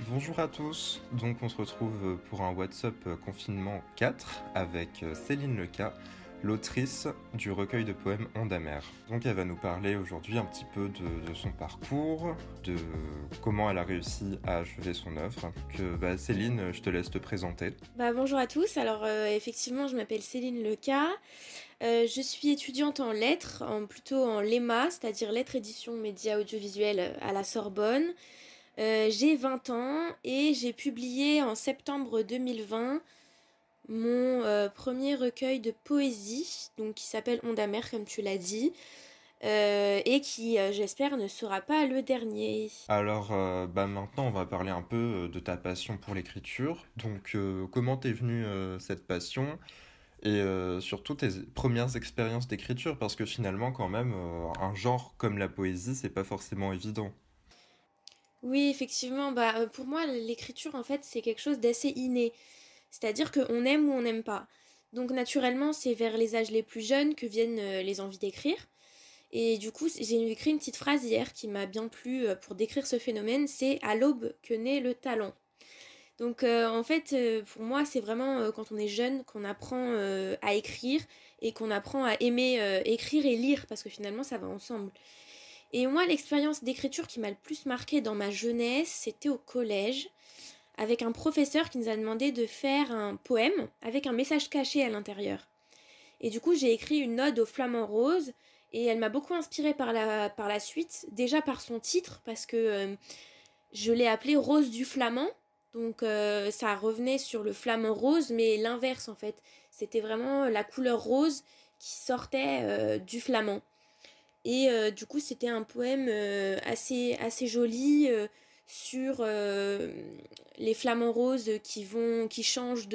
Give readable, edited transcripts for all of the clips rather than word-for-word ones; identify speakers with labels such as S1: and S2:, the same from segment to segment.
S1: Bonjour à tous, donc on se retrouve pour un WhatsApp confinement 4 avec Céline Leca, l'autrice du recueil de poèmes Onde amère. Donc elle va nous parler aujourd'hui un petit peu de son parcours, de comment elle a réussi à achever son œuvre. Céline, je te laisse te présenter.
S2: Bonjour à tous, alors effectivement je m'appelle Céline Leca, je suis étudiante en lettres, plutôt en LEMA, c'est-à-dire lettres éditions médias audiovisuels à la Sorbonne. J'ai 20 ans et j'ai publié en septembre 2020 mon premier recueil de poésie, donc qui s'appelle Onde amère comme tu l'as dit, et qui j'espère ne sera pas le dernier.
S1: Alors maintenant on va parler un peu de ta passion pour l'écriture. Donc comment t'es venue cette passion? Et surtout tes premières expériences d'écriture, parce que finalement, quand même, un genre comme la poésie, c'est pas forcément évident.
S2: Oui, effectivement, pour moi l'écriture en fait c'est quelque chose d'assez inné. C'est-à-dire qu'on aime ou on n'aime pas. Donc naturellement, c'est vers les âges les plus jeunes que viennent les envies d'écrire. Et du coup, j'ai écrit une petite phrase hier qui m'a bien plu pour décrire ce phénomène, c'est à l'aube que naît le talent. Donc en fait, pour moi, c'est vraiment quand on est jeune qu'on apprend à écrire et qu'on apprend à aimer écrire et lire, parce que finalement, ça va ensemble. Et moi, l'expérience d'écriture qui m'a le plus marquée dans ma jeunesse, c'était au collège avec un professeur qui nous a demandé de faire un poème avec un message caché à l'intérieur. Et du coup, j'ai écrit une ode au flamant rose et elle m'a beaucoup inspirée par la suite, déjà par son titre, parce que je l'ai appelé Rose du flamand. Donc ça revenait sur le flamant rose, mais l'inverse en fait. C'était vraiment la couleur rose qui sortait du flamand. Et du coup, c'était un poème assez joli sur les flamants roses qui changent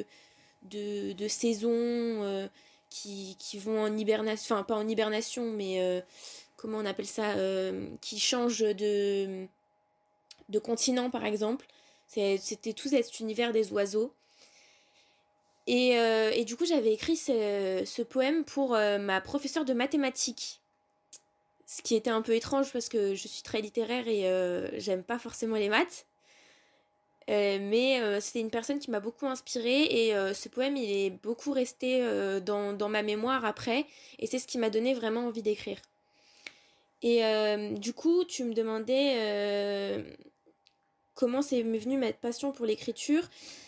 S2: de saison, qui vont en hibernation, enfin pas en hibernation, mais comment on appelle ça, qui changent de continent par exemple. C'était tout cet univers des oiseaux. Et du coup, j'avais écrit ce poème pour ma professeure de mathématiques. Ce qui était un peu étrange parce que je suis très littéraire et j'aime pas forcément les maths. Mais c'était une personne qui m'a beaucoup inspirée et ce poème il est beaucoup resté dans ma mémoire après et c'est ce qui m'a donné vraiment envie d'écrire. Et du coup tu me demandais comment c'est venu ma passion pour l'écriture.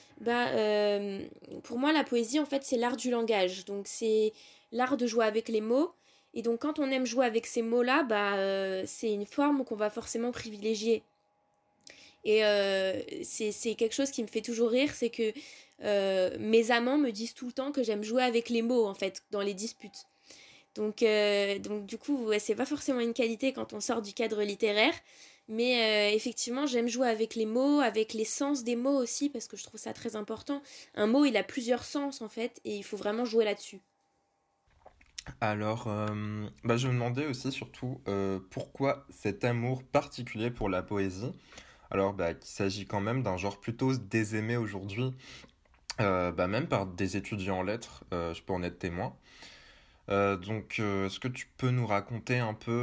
S2: Pour moi la poésie en fait c'est l'art du langage, donc c'est l'art de jouer avec les mots. Et donc quand on aime jouer avec ces mots-là, c'est une forme qu'on va forcément privilégier. Et c'est quelque chose qui me fait toujours rire, c'est que mes amants me disent tout le temps que j'aime jouer avec les mots, en fait, dans les disputes. Donc du coup, ouais, c'est pas forcément une qualité quand on sort du cadre littéraire, mais effectivement, j'aime jouer avec les mots, avec les sens des mots aussi, parce que je trouve ça très important. Un mot, il a plusieurs sens, en fait, et il faut vraiment jouer là-dessus.
S1: Alors, je me demandais aussi surtout pourquoi cet amour particulier pour la poésie, alors qu'il s'agit quand même d'un genre plutôt désaimé aujourd'hui, même par des étudiants en lettres, je peux en être témoin. Est-ce que tu peux nous raconter un peu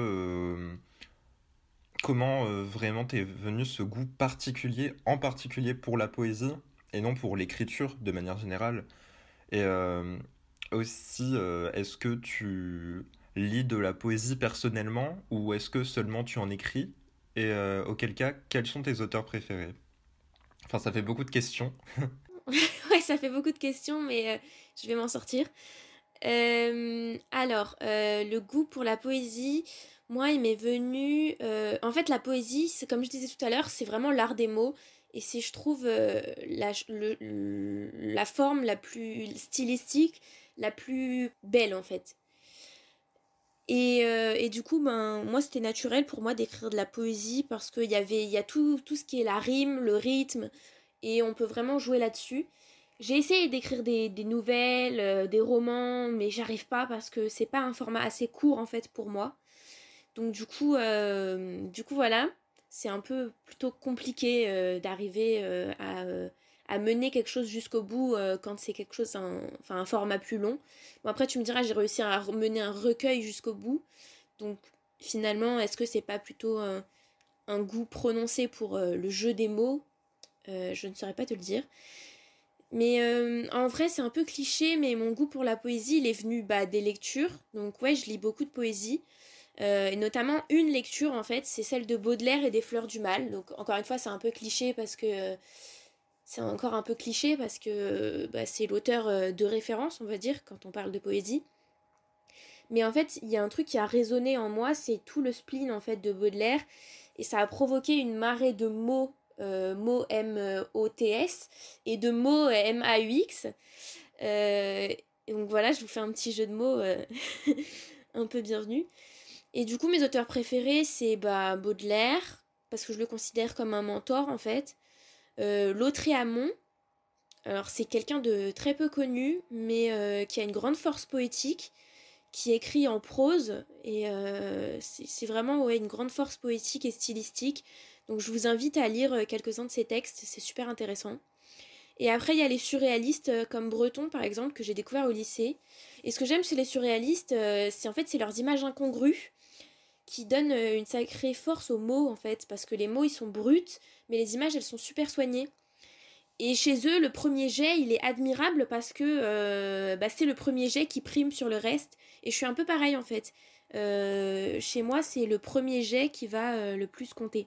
S1: comment vraiment t'es venu ce goût particulier, en particulier pour la poésie, et non pour l'écriture de manière générale? Et aussi, est-ce que tu lis de la poésie personnellement, ou est-ce que seulement tu en écris? Et auquel cas, quels sont tes auteurs préférés? Enfin, ça fait beaucoup de questions.
S2: Ouais, ça fait beaucoup de questions, mais je vais m'en sortir. Le goût pour la poésie, moi, il m'est venu. En fait, la poésie, c'est comme je disais tout à l'heure, c'est vraiment l'art des mots. Et c'est, je trouve, la forme la plus stylistique, la plus belle, en fait. Et du coup, moi, c'était naturel pour moi d'écrire de la poésie parce il y a tout ce qui est la rime, le rythme, et on peut vraiment jouer là-dessus. J'ai essayé d'écrire des nouvelles, des romans, mais j'arrive pas parce que c'est pas un format assez court en fait pour moi. Donc du coup voilà, c'est un peu plutôt compliqué d'arriver à mener quelque chose jusqu'au bout quand c'est quelque chose, enfin un format plus long. Bon après tu me diras, j'ai réussi à mener un recueil jusqu'au bout. Donc finalement, est-ce que c'est pas plutôt un goût prononcé pour le jeu des mots? Je ne saurais pas te le dire. Mais en vrai, c'est un peu cliché, mais mon goût pour la poésie, il est venu des lectures. Donc ouais, je lis beaucoup de poésie. Et notamment une lecture, en fait, c'est celle de Baudelaire et des Fleurs du Mal. Donc encore une fois, c'est un peu cliché parce que... c'est encore un peu cliché parce que c'est l'auteur de référence, on va dire, quand on parle de poésie. Mais en fait, il y a un truc qui a résonné en moi, c'est tout le spleen en fait de Baudelaire. Et ça a provoqué une marée de mots, mots M-O-T-S, et de mots M-A-U-X. Et donc voilà, je vous fais un petit jeu de mots un peu bienvenu. Et du coup, mes auteurs préférés, c'est Baudelaire, parce que je le considère comme un mentor en fait. Lautréamont, alors c'est quelqu'un de très peu connu, mais qui a une grande force poétique, qui écrit en prose, et c'est vraiment une grande force poétique et stylistique. Donc je vous invite à lire quelques-uns de ses textes, c'est super intéressant. Et après, il y a les surréalistes comme Breton, par exemple, que j'ai découvert au lycée. Et ce que j'aime chez les surréalistes, c'est leurs images incongrues qui donnent une sacrée force aux mots, en fait, parce que les mots, ils sont bruts, mais les images, elles sont super soignées. Et chez eux, le premier jet, il est admirable parce que c'est le premier jet qui prime sur le reste. Et je suis un peu pareil, en fait. Chez moi, c'est le premier jet qui va le plus compter.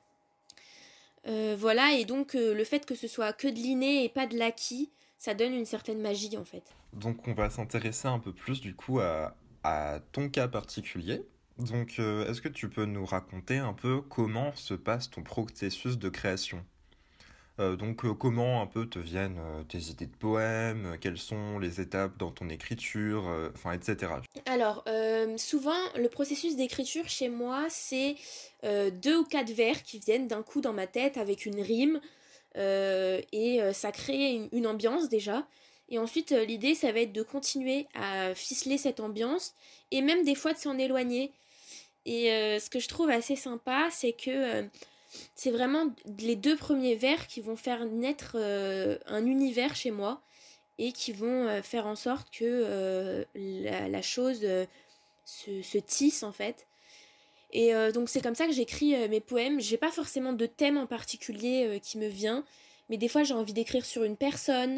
S2: Voilà, et donc le fait que ce soit que de l'inné et pas de l'acquis, ça donne une certaine magie, en fait.
S1: Donc on va s'intéresser un peu plus du coup à ton cas particulier. Donc est-ce que tu peux nous raconter un peu comment se passe ton processus de création? Comment un peu te viennent tes idées de poèmes, quelles sont les étapes dans ton écriture, enfin etc.
S2: Alors, souvent, le processus d'écriture chez moi, c'est 2 ou 4 vers qui viennent d'un coup dans ma tête avec une rime, et ça crée une ambiance déjà. Et ensuite, l'idée, ça va être de continuer à ficeler cette ambiance et même des fois de s'en éloigner. Et ce que je trouve assez sympa, c'est que c'est vraiment les 2 premiers vers qui vont faire naître un univers chez moi et qui vont faire en sorte que la chose se tisse en fait. Et donc c'est comme ça que j'écris mes poèmes. J'ai pas forcément de thème en particulier qui me vient, mais des fois j'ai envie d'écrire sur une personne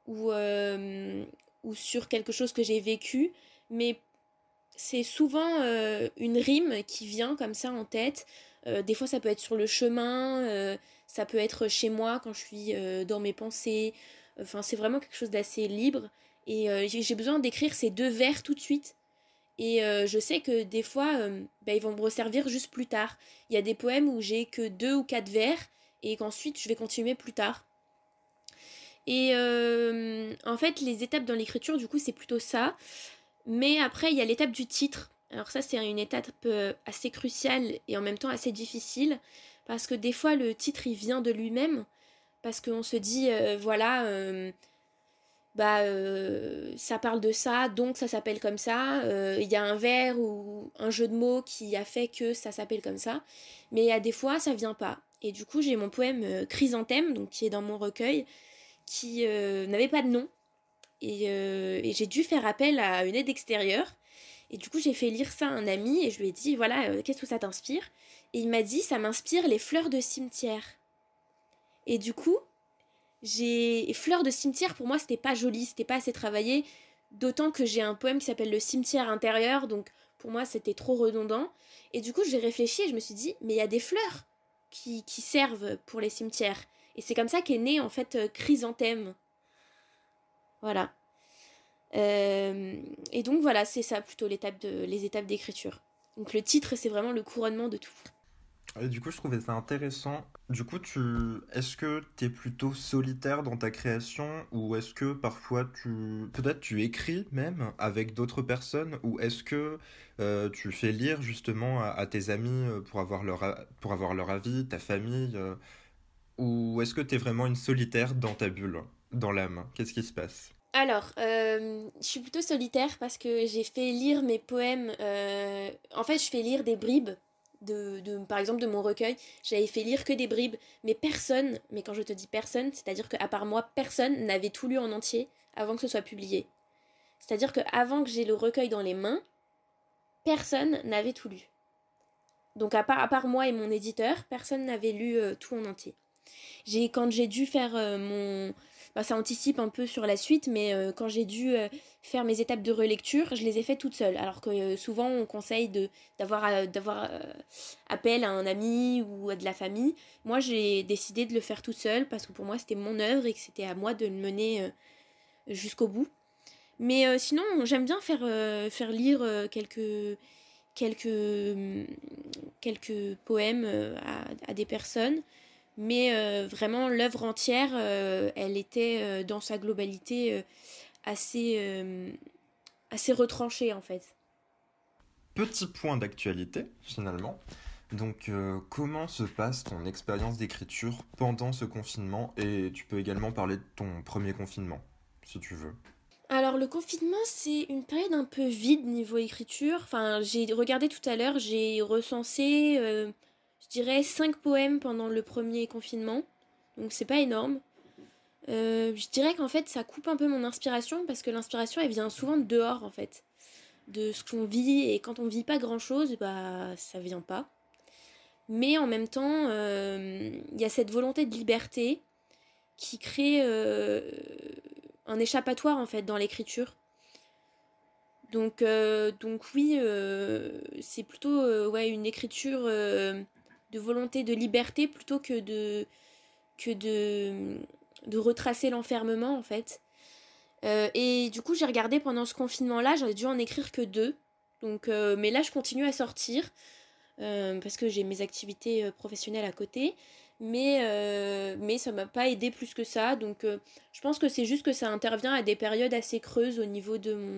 S2: ou sur quelque chose que j'ai vécu, mais c'est souvent une rime qui vient comme ça en tête. Des fois ça peut être sur le chemin, ça peut être chez moi quand je suis dans mes pensées. Enfin c'est vraiment quelque chose d'assez libre. Et j'ai besoin d'écrire ces 2 vers tout de suite. Et je sais que des fois, ils vont me resservir juste plus tard. Il y a des poèmes où j'ai que 2 ou 4 vers et qu'ensuite je vais continuer plus tard. Et en fait, les étapes dans l'écriture, du coup, c'est plutôt ça. Mais après, il y a l'étape du titre. Alors ça, c'est une étape assez cruciale et en même temps assez difficile. Parce que des fois, le titre, il vient de lui-même. Parce qu'on se dit, ça parle de ça, donc ça s'appelle comme ça. Il y a un vers ou un jeu de mots qui a fait que ça s'appelle comme ça. Mais il y a des fois, ça vient pas. Et du coup, j'ai mon poème Chrysanthème, donc qui est dans mon recueil, qui n'avait pas de nom. Et j'ai dû faire appel à une aide extérieure. Et du coup, j'ai fait lire ça à un ami et je lui ai dit, voilà, qu'est-ce que ça t'inspire? Et il m'a dit, ça m'inspire les fleurs de cimetière. Et du coup, j'ai fleurs de cimetière, pour moi c'était pas joli, c'était pas assez travaillé, d'autant que j'ai un poème qui s'appelle Le cimetière intérieur, donc pour moi c'était trop redondant. Et du coup j'ai réfléchi et je me suis dit mais il y a des fleurs qui servent pour les cimetières. Et c'est comme ça qu'est né en fait Chrysanthème. Voilà. Et donc voilà, c'est ça plutôt les étapes d'écriture. Donc le titre c'est vraiment le couronnement de tout.
S1: Et du coup, je trouvais ça intéressant. Du coup, est-ce que tu es plutôt solitaire dans ta création ou est-ce que parfois peut-être tu écris même avec d'autres personnes ou est-ce que tu fais lire justement à tes amis pour avoir leur avis, ta famille ou est-ce que tu es vraiment une solitaire dans ta bulle, dans l'âme? Qu'est-ce qui se passe?
S2: Alors, je suis plutôt solitaire parce que j'ai fait lire mes poèmes. En fait, je fais lire des bribes par exemple, de mon recueil. J'avais fait lire que des bribes, mais personne, mais quand je te dis personne, c'est-à-dire qu'à part moi, personne n'avait tout lu en entier avant que ce soit publié. C'est-à-dire qu'avant que j'ai le recueil dans les mains, personne n'avait tout lu. Donc, à part moi et mon éditeur, personne n'avait lu tout en entier. Quand j'ai dû faire mon... Bah, ça anticipe un peu sur la suite, mais quand j'ai dû faire mes étapes de relecture, je les ai faites toute seule. Alors que souvent, on conseille d'avoir appel à un ami ou à de la famille. Moi, j'ai décidé de le faire toute seule parce que pour moi, c'était mon œuvre et que c'était à moi de le mener jusqu'au bout. Mais sinon, j'aime bien faire lire quelques, hum, quelques poèmes à des personnes. Mais vraiment, l'œuvre entière, elle était dans sa globalité assez, assez retranchée en fait.
S1: Petit point d'actualité, finalement. Donc, comment se passe ton expérience d'écriture pendant ce confinement? Et tu peux également parler de ton premier confinement, si tu veux.
S2: Alors le confinement, c'est une période un peu vide niveau écriture. Enfin, j'ai regardé tout à l'heure, j'ai recensé, je dirais, 5 poèmes pendant le premier confinement. Donc c'est pas énorme. Je dirais qu'en fait, ça coupe un peu mon inspiration parce que l'inspiration, elle vient souvent de dehors en fait. De ce qu'on vit et quand on vit pas grand chose, bah ça vient pas. Mais en même temps, il y a cette volonté de liberté qui crée un échappatoire en fait dans l'écriture. Donc oui, c'est plutôt ouais, une écriture de volonté de liberté plutôt que de retracer l'enfermement en fait. Et du coup, j'ai regardé pendant ce confinement-là, j'en ai dû en écrire que deux. Donc, mais là, je continue à sortir parce que j'ai mes activités professionnelles à côté. Mais ça m'a pas aidé plus que ça. Donc, je pense que c'est juste que ça intervient à des périodes assez creuses au niveau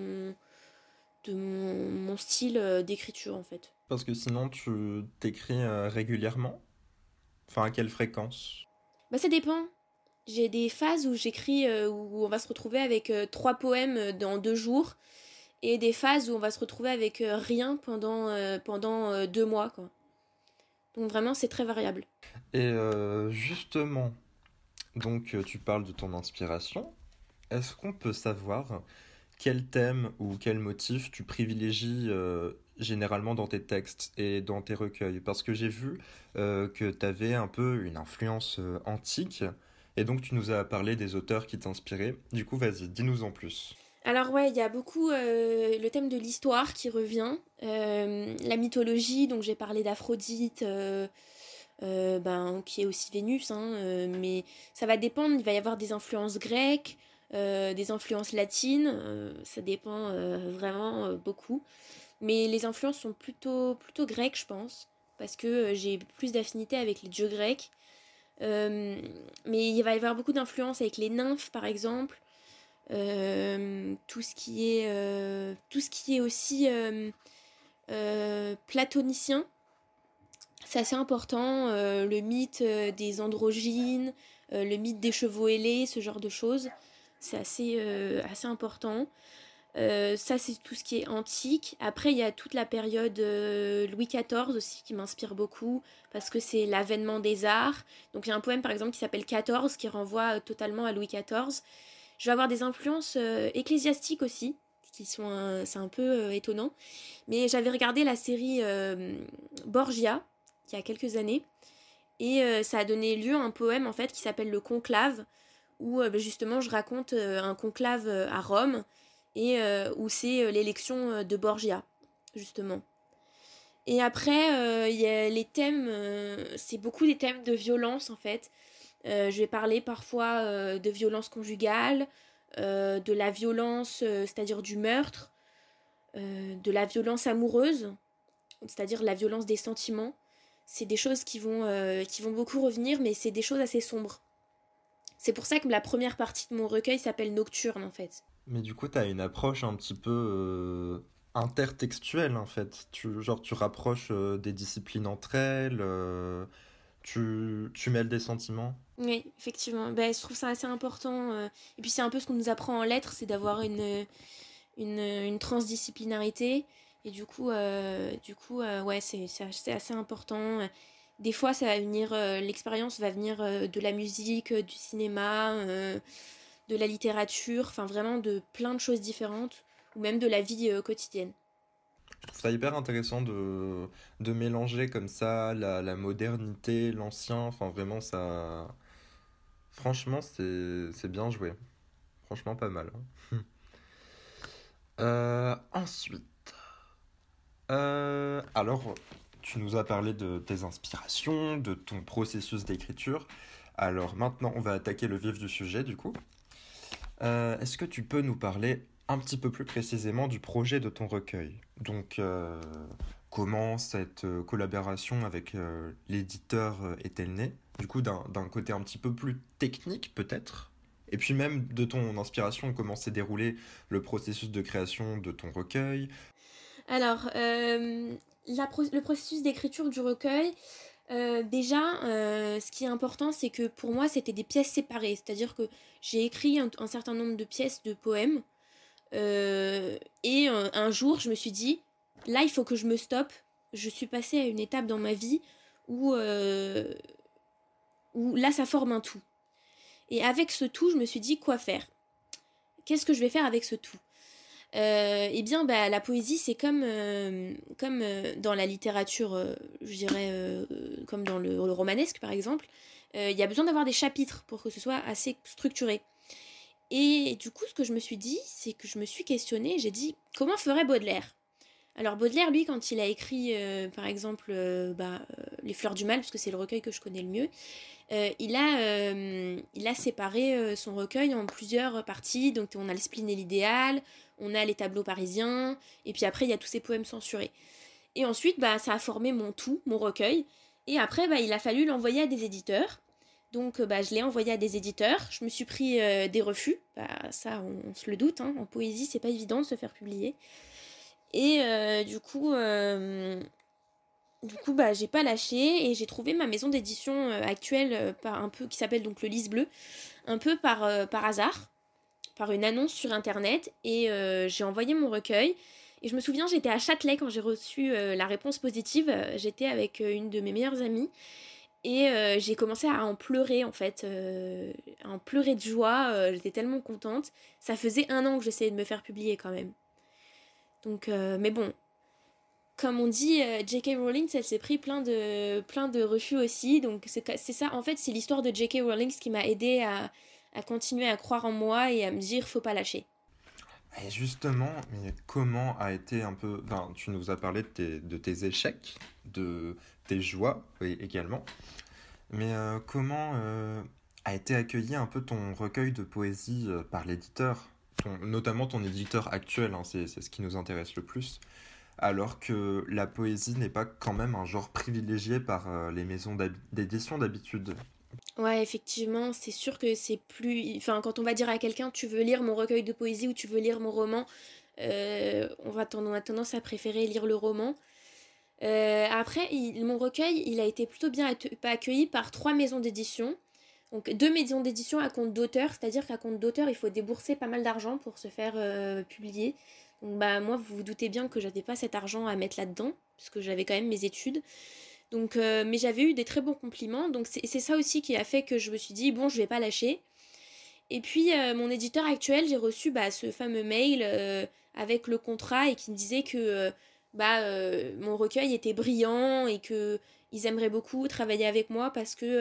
S2: de mon style d'écriture en fait.
S1: Parce que sinon, tu t'écris régulièrement? Enfin, à quelle fréquence?
S2: Bah, ça dépend. J'ai des phases où j'écris, où on va se retrouver avec 3 poèmes dans 2 jours. Et des phases où on va se retrouver avec rien pendant 2 mois, quoi. Donc vraiment, c'est très variable.
S1: Et justement, donc tu parles de ton inspiration. Est-ce qu'on peut savoir quel thème ou quel motif tu privilégies généralement dans tes textes et dans tes recueils? Parce que j'ai vu que tu avais un peu une influence antique, et donc tu nous as parlé des auteurs qui t'inspiraient. Du coup, vas-y, dis-nous en plus.
S2: Alors ouais, il y a beaucoup le thème de l'histoire qui revient, la mythologie, donc j'ai parlé d'Aphrodite, ben, qui est aussi Vénus, hein, mais ça va dépendre, il va y avoir des influences grecques, des influences latines, ça dépend vraiment beaucoup. Mais les influences sont plutôt grecques, je pense, parce que j'ai plus d'affinité avec les dieux grecs. Euh, mais il va y avoir beaucoup d'influences avec les nymphes, par exemple. Tout ce qui est aussi platonicien, c'est assez important. Le mythe des androgynes, le mythe des chevaux ailés, ce genre de choses, c'est assez important. Ça, c'est tout ce qui est antique. Après, il y a toute la période Louis XIV aussi qui m'inspire beaucoup parce que c'est l'avènement des arts. Donc, il y a un poème par exemple qui s'appelle 14 qui renvoie totalement à Louis XIV. Je vais avoir des influences ecclésiastiques aussi, c'est un peu étonnant. Mais j'avais regardé la série Borgia il y a quelques années et ça a donné lieu à un poème en fait qui s'appelle Le Conclave où justement je raconte un conclave à Rome et où c'est l'élection de Borgia justement. Et après il y a les thèmes, c'est beaucoup des thèmes de violence en fait. Je vais parler parfois de violence conjugale, de la violence, c'est-à-dire du meurtre, de la violence amoureuse, c'est-à-dire la violence des sentiments. C'est des choses qui vont beaucoup revenir, mais c'est des choses assez sombres. C'est pour ça que la première partie de mon recueil s'appelle Nocturne en fait.
S1: Mais du coup, tu as une approche un petit peu intertextuelle en fait. Genre, tu rapproches des disciplines entre elles, tu mêles des sentiments.
S2: Oui, effectivement. Ben, je trouve ça assez important. Et puis c'est un peu ce qu'on nous apprend en lettres, c'est d'avoir une transdisciplinarité. Et du coup, ouais, c'est assez important. Des fois, ça va venir, l'expérience va venir de la musique, du cinéma, de la littérature, enfin vraiment de plein de choses différentes, ou même de la vie quotidienne.
S1: Je trouve ça hyper intéressant de mélanger comme ça la modernité, l'ancien. Enfin, vraiment, ça. Franchement, c'est bien joué. Franchement, pas mal, hein. Ensuite, alors, tu nous as parlé de tes inspirations, de ton processus d'écriture. Alors maintenant, on va attaquer le vif du sujet, du coup. Est-ce que tu peux nous parler un petit peu plus précisément du projet de ton recueil? Donc, comment cette collaboration avec l'éditeur est-elle née? Du coup, d'un côté un petit peu plus technique, peut-être? Et puis même de ton inspiration, comment s'est déroulé le processus de création de ton recueil?
S2: Alors, le processus d'écriture du recueil, déjà, ce qui est important, c'est que pour moi, c'était des pièces séparées. C'est-à-dire que j'ai écrit un certain nombre de pièces de poèmes. Et un jour, je me suis dit, là, il faut que je me stoppe. Je suis passée à une étape dans ma vie où, où là, ça forme un tout. Et avec ce tout, je me suis dit, quoi faire? Qu'est-ce que je vais faire avec ce tout? Eh bien, bah, la poésie, c'est comme dans la littérature, je dirais, comme dans le romanesque, par exemple. Il y a besoin d'avoir des chapitres pour que ce soit assez structuré. Et du coup, ce que je me suis dit, c'est que je me suis questionnée, j'ai dit, comment ferait Baudelaire? Alors Baudelaire, lui, quand il a écrit, par exemple, Les Fleurs du Mal, parce que c'est le recueil que je connais le mieux, il a séparé son recueil en plusieurs parties. Donc on a le spleen et l'idéal, on a les tableaux parisiens, et puis après il y a tous ces poèmes censurés. Et ensuite, bah, ça a formé mon tout, mon recueil. Et après, bah, il a fallu l'envoyer à des éditeurs. Donc bah, je l'ai envoyé à des éditeurs. Je me suis pris des refus. Bah, ça, on se le doute. Hein. En poésie, c'est pas évident de se faire publier. Et du coup, bah, j'ai pas lâché et j'ai trouvé ma maison d'édition actuelle par un peu qui s'appelle donc le Lys Bleu, un peu par hasard, par une annonce sur internet et j'ai envoyé mon recueil. Et je me souviens, j'étais à Châtelet quand j'ai reçu la réponse positive. J'étais avec une de mes meilleures amies et j'ai commencé à en pleurer en fait, à en pleurer de joie. J'étais tellement contente. Ça faisait 1 an que j'essayais de me faire publier quand même. Donc, mais bon, comme on dit, J.K. Rowling, elle s'est pris plein de refus aussi. Donc c'est ça, en fait, c'est l'histoire de J.K. Rowling qui m'a aidé à continuer à croire en moi et à me dire, faut pas lâcher.
S1: Et justement, mais comment a été un peu... Enfin, tu nous as parlé de tes échecs, de tes joies également. Mais comment a été accueilli un peu ton recueil de poésie par l'éditeur, notamment ton éditeur actuel, hein, c'est ce qui nous intéresse le plus, alors que la poésie n'est pas quand même un genre privilégié par les maisons d'édition d'habitude.
S2: Ouais, effectivement, c'est sûr que c'est plus... Enfin, quand on va dire à quelqu'un, tu veux lire mon recueil de poésie ou tu veux lire mon roman, on a tendance à préférer lire le roman. Après, mon recueil, il a été plutôt bien accueilli par 3 maisons d'édition. Donc 2 maisons d'édition à compte d'auteur, c'est-à-dire qu'à compte d'auteur, il faut débourser pas mal d'argent pour se faire publier. Donc bah moi, vous vous doutez bien que j'avais pas cet argent à mettre là-dedans, puisque j'avais quand même mes études. Donc, mais j'avais eu des très bons compliments, donc c'est ça aussi qui a fait que je me suis dit, bon, je vais pas lâcher. Et puis, mon éditeur actuel, j'ai reçu bah, ce fameux mail avec le contrat et qui me disait que mon recueil était brillant et que ils aimeraient beaucoup travailler avec moi parce que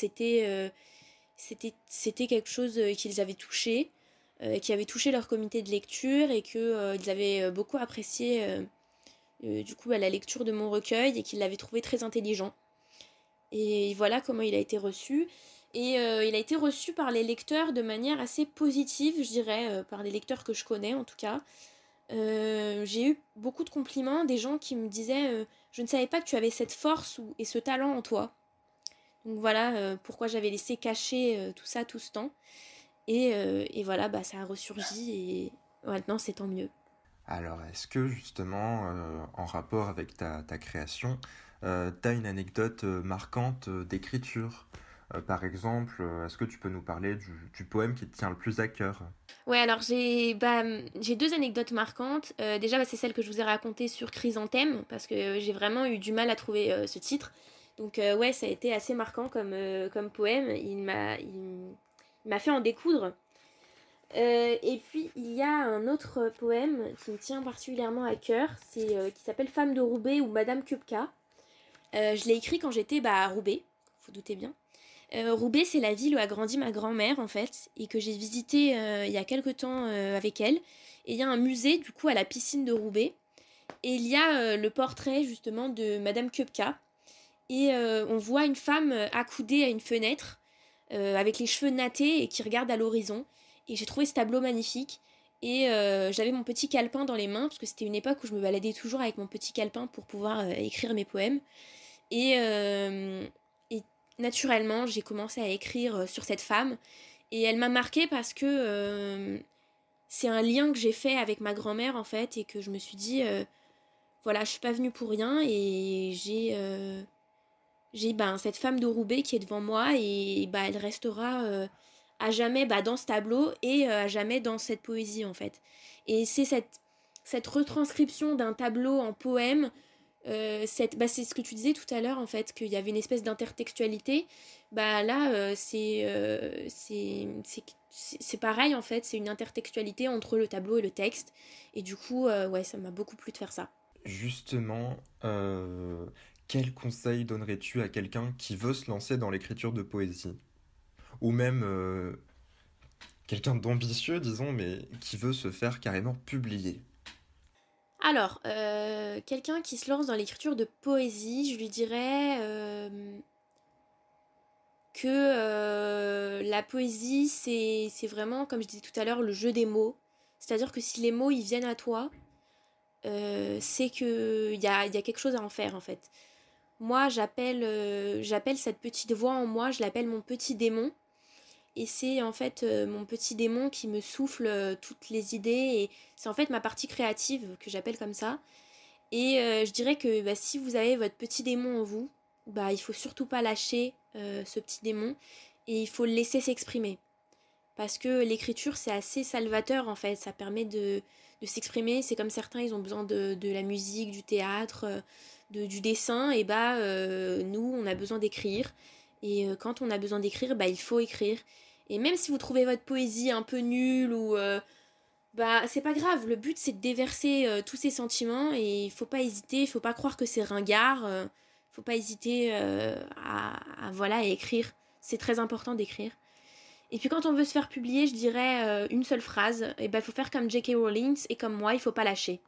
S2: c'était quelque chose qu'ils avaient touché, qui avait touché leur comité de lecture et que ils avaient beaucoup apprécié du coup à la lecture de mon recueil et qu'ils l'avaient trouvé très intelligent. Et voilà comment il a été reçu. Et il a été reçu par les lecteurs de manière assez positive, je dirais, par les lecteurs que je connais en tout cas. J'ai eu beaucoup de compliments, des gens qui me disaient je ne savais pas que tu avais cette force et ce talent en toi. Donc voilà pourquoi j'avais laissé cacher tout ça tout ce temps. Et voilà, bah, ça a ressurgi et maintenant c'est tant mieux.
S1: Alors, est-ce que justement, en rapport avec ta création, t'as une anecdote marquante d'écriture? Par exemple, est-ce que tu peux nous parler du poème qui te tient le plus à cœur?
S2: Ouais, alors j'ai 2 anecdotes marquantes. Déjà, bah, c'est celle que je vous ai racontée sur Chrysanthème, parce que j'ai vraiment eu du mal à trouver ce titre. Donc ouais, ça a été assez marquant comme poème. Il m'a fait en découdre. Et puis il y a un autre poème qui me tient particulièrement à cœur, qui s'appelle Femme de Roubaix ou Madame Kupka. Je l'ai écrit quand j'étais à Roubaix, faut douter bien. Roubaix, c'est la ville où a grandi ma grand-mère en fait, et que j'ai visité il y a quelques temps avec elle. Et il y a un musée du coup à la piscine de Roubaix. Et il y a le portrait justement de Madame Kupka. Et on voit une femme accoudée à une fenêtre, avec les cheveux nattés et qui regarde à l'horizon. Et j'ai trouvé ce tableau magnifique. Et j'avais mon petit calepin dans les mains, parce que c'était une époque où je me baladais toujours avec mon petit calepin pour pouvoir écrire mes poèmes. Et naturellement, j'ai commencé à écrire sur cette femme. Et elle m'a marquée parce que c'est un lien que j'ai fait avec ma grand-mère, en fait, et que je me suis dit, voilà, je suis pas venue pour rien, et j'ai cette femme de Roubaix qui est devant moi, et elle restera à jamais dans ce tableau, et à jamais dans cette poésie, en fait. Et c'est cette retranscription d'un tableau en poème. C'est ce que tu disais tout à l'heure en fait, qu'il y avait une espèce d'intertextualité. Là, c'est pareil en fait, c'est une intertextualité entre le tableau et le texte. Et du coup, ouais, ça m'a beaucoup plu de faire ça.
S1: Justement, quel conseil donnerais-tu à quelqu'un qui veut se lancer dans l'écriture de poésie? Ou même quelqu'un d'ambitieux, disons, mais qui veut se faire carrément publier?
S2: Alors, quelqu'un qui se lance dans l'écriture de poésie, je lui dirais que la poésie, c'est vraiment, comme je disais tout à l'heure, le jeu des mots. C'est-à-dire que si les mots, ils viennent à toi, c'est qu'il y a quelque chose à en faire, en fait. Moi, j'appelle cette petite voix en moi, je l'appelle mon petit démon. Et c'est en fait mon petit démon qui me souffle toutes les idées. Et c'est en fait ma partie créative que j'appelle comme ça. Et je dirais que si vous avez votre petit démon en vous, il faut surtout pas lâcher ce petit démon. Et il faut le laisser s'exprimer. Parce que l'écriture, c'est assez salvateur en fait. Ça permet de s'exprimer. C'est comme certains, ils ont besoin de la musique, du théâtre, du dessin. Et nous, on a besoin d'écrire. Et quand on a besoin d'écrire, il faut écrire. Et même si vous trouvez votre poésie un peu nulle ou c'est pas grave. Le but, c'est de déverser tous ces sentiments. Et il faut pas hésiter. Il faut pas croire que c'est ringard. Faut pas hésiter à écrire. C'est très important d'écrire. Et puis quand on veut se faire publier, je dirais une seule phrase. Et faut faire comme J.K. Rowling et comme moi, il faut pas lâcher.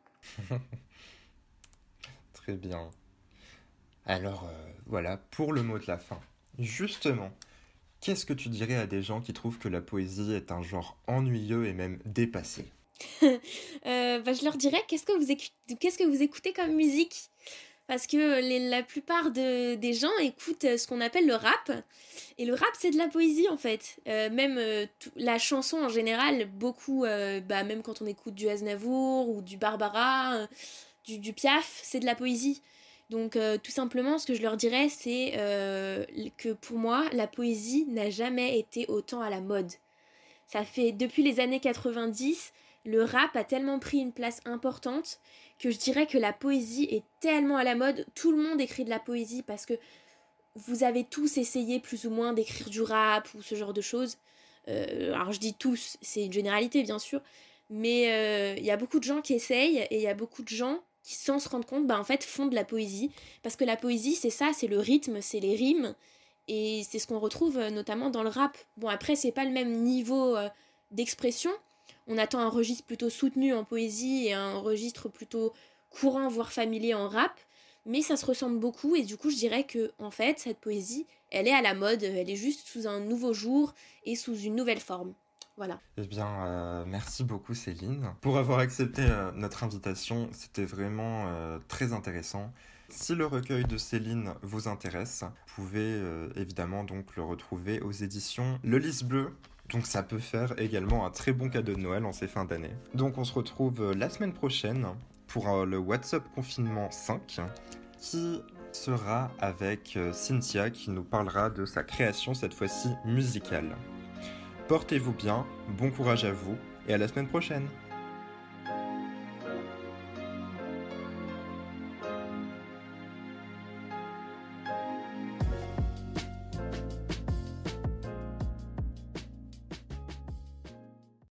S1: Très bien. Alors voilà, pour le mot de la fin. Justement, qu'est-ce que tu dirais à des gens qui trouvent que la poésie est un genre ennuyeux et même dépassé?
S2: Je leur dirais qu'est-ce que vous écoutez comme musique? Parce que la plupart des gens écoutent ce qu'on appelle le rap. Et le rap, c'est de la poésie, en fait. Même la chanson, en général, beaucoup, même quand on écoute du Aznavour ou du Barbara, du Piaf, c'est de la poésie. Donc, tout simplement, ce que je leur dirais, c'est que pour moi, la poésie n'a jamais été autant à la mode. Ça fait, depuis les années 90, le rap a tellement pris une place importante que je dirais que la poésie est tellement à la mode. Tout le monde écrit de la poésie parce que vous avez tous essayé plus ou moins d'écrire du rap ou ce genre de choses. Alors je dis tous, c'est une généralité bien sûr, mais il y a beaucoup de gens qui essayent et il y a beaucoup de gens qui, sans se rendre compte, en fait font de la poésie. Parce que la poésie, c'est ça, c'est le rythme, c'est les rimes. Et c'est ce qu'on retrouve notamment dans le rap. Bon, après, c'est pas le même niveau d'expression. On attend un registre plutôt soutenu en poésie et un registre plutôt courant, voire familier en rap. Mais ça se ressemble beaucoup et du coup, je dirais que, en fait, cette poésie, elle est à la mode. Elle est juste sous un nouveau jour et sous une nouvelle forme. Voilà.
S1: Eh bien, merci beaucoup Céline pour avoir accepté notre invitation. C'était vraiment très intéressant. Si le recueil de Céline vous intéresse, vous pouvez évidemment donc le retrouver aux éditions Le Lys Bleu. Donc ça peut faire également un très bon cadeau de Noël en ces fins d'année. Donc on se retrouve la semaine prochaine pour le WhatsApp Confinement 5 qui sera avec Cynthia qui nous parlera de sa création cette fois-ci musicale. Portez-vous bien, bon courage à vous et à la semaine prochaine.